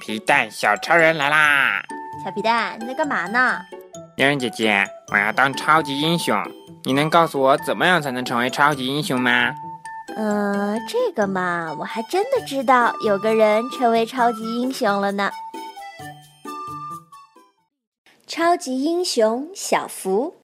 皮蛋小超人来啦！ 小皮蛋，你在干嘛呢？ 妞人姐姐，我要当超级英雄，你能告诉我怎么样才能成为超级英雄吗？ 这个嘛，我还真的知道有个人成为超级英雄了呢。超级英雄小福。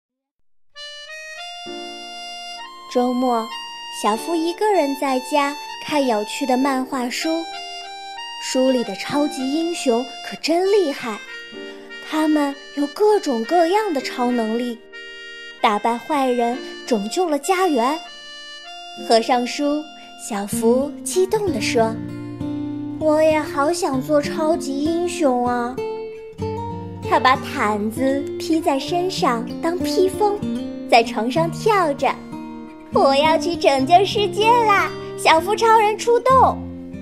周末，小福一个人在家看有趣的漫画书，书里的超级英雄可真厉害，他们有各种各样的超能力，打败坏人，拯救了家园。合上书，小福激动地说：“我也好想做超级英雄啊！”他把毯子披在身上当披风，在床上跳着。我要去拯救世界啦！小福超人出动！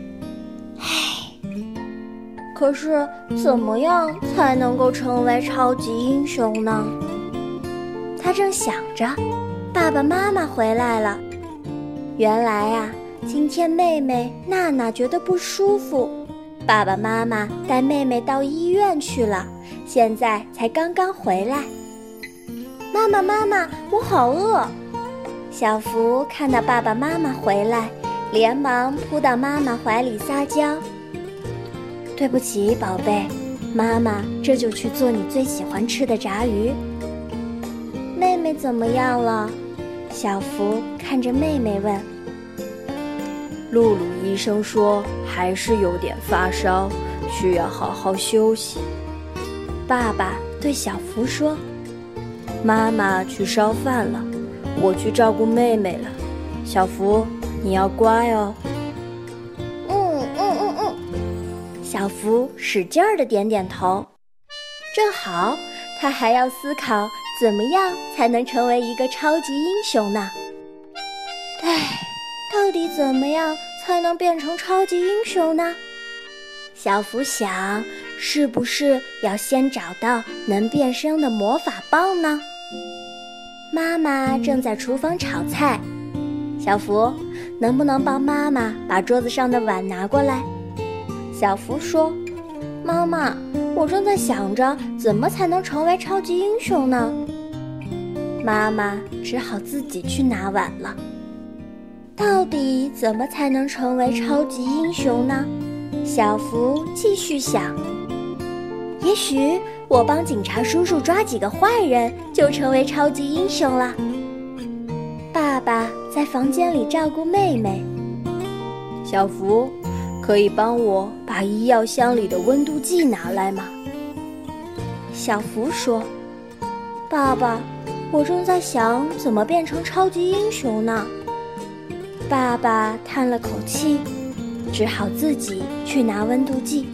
可是怎么样才能够成为超级英雄呢？他正想着，爸爸妈妈回来了。原来啊，今天妹妹娜娜觉得不舒服，爸爸妈妈带妹妹到医院去了，现在才刚刚回来。妈妈，我好饿！小福看到爸爸妈妈回来，连忙扑到妈妈怀里撒娇。对不起，宝贝，妈妈这就去做你最喜欢吃的炸鱼。妹妹怎么样了？小福看着妹妹问。 露露医生说还是有点发烧，需要好好休息。 爸爸对小福说。 妈妈去烧饭了，我去照顾妹妹了。小福，你要乖哦。 小福使劲儿地点点头。正好，他还要思考怎么样才能成为一个超级英雄呢？到底怎么样才能变成超级英雄呢？小福想，是不是要先找到能变身的魔法棒呢？妈妈正在厨房炒菜，小福，能不能帮妈妈把桌子上的碗拿过来？小福说：“妈妈，我正在想着怎么才能成为超级英雄呢。”妈妈只好自己去拿碗了。到底怎么才能成为超级英雄呢？小福继续想，也许我帮警察叔叔抓几个坏人，就成为超级英雄了。爸爸在房间里照顾妹妹。 小福，可以帮我把医药箱里的温度计拿来吗？ 小福说：“爸爸，我正在想怎么变成超级英雄呢。”爸爸叹了口气，只好自己去拿温度计。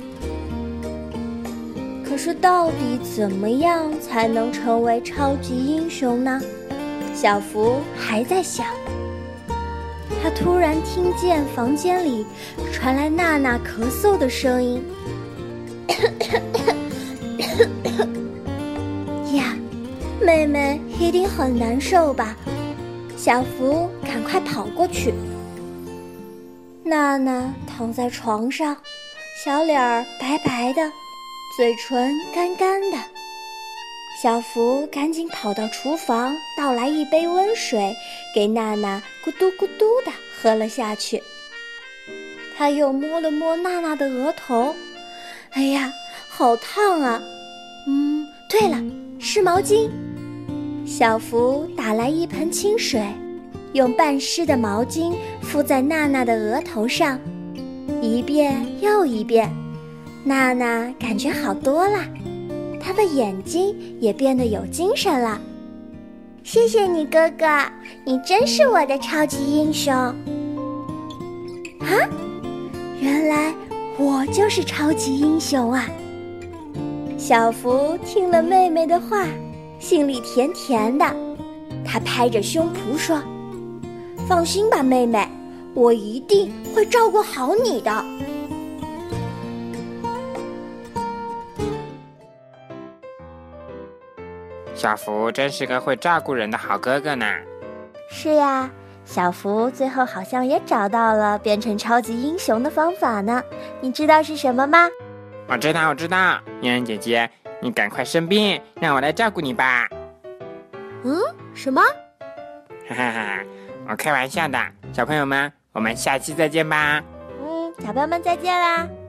可是到底怎么样才能成为超级英雄呢？小福还在想。他突然听见房间里传来娜娜咳嗽的声音。呀，妹妹一定很难受吧？小福赶快跑过去。娜娜躺在床上，小脸儿白白的，嘴唇干干的。小福赶紧跑到厨房，倒来一杯温水，给娜娜咕嘟咕嘟地喝了下去。他又摸了摸娜娜的额头，哎呀，好烫啊！对了，湿毛巾。小福打来一盆清水，用半湿的毛巾敷在娜娜的额头上，一遍又一遍。娜娜感觉好多了，她的眼睛也变得有精神了。谢谢你，哥哥，你真是我的超级英雄。原来我就是超级英雄啊！小福听了妹妹的话，心里甜甜的，他拍着胸脯说：“放心吧，妹妹，我一定会照顾好你的。” 小福真是个会照顾人的好哥哥呢。 是呀，小福最后好像也找到了变成超级英雄的方法呢。你知道是什么吗？ 我知道，嫣然姐姐，你赶快生病，让我来照顾你吧。 什么？ 哈哈哈，我开玩笑的，小朋友们，我们下期再见吧。 小朋友们再见啦。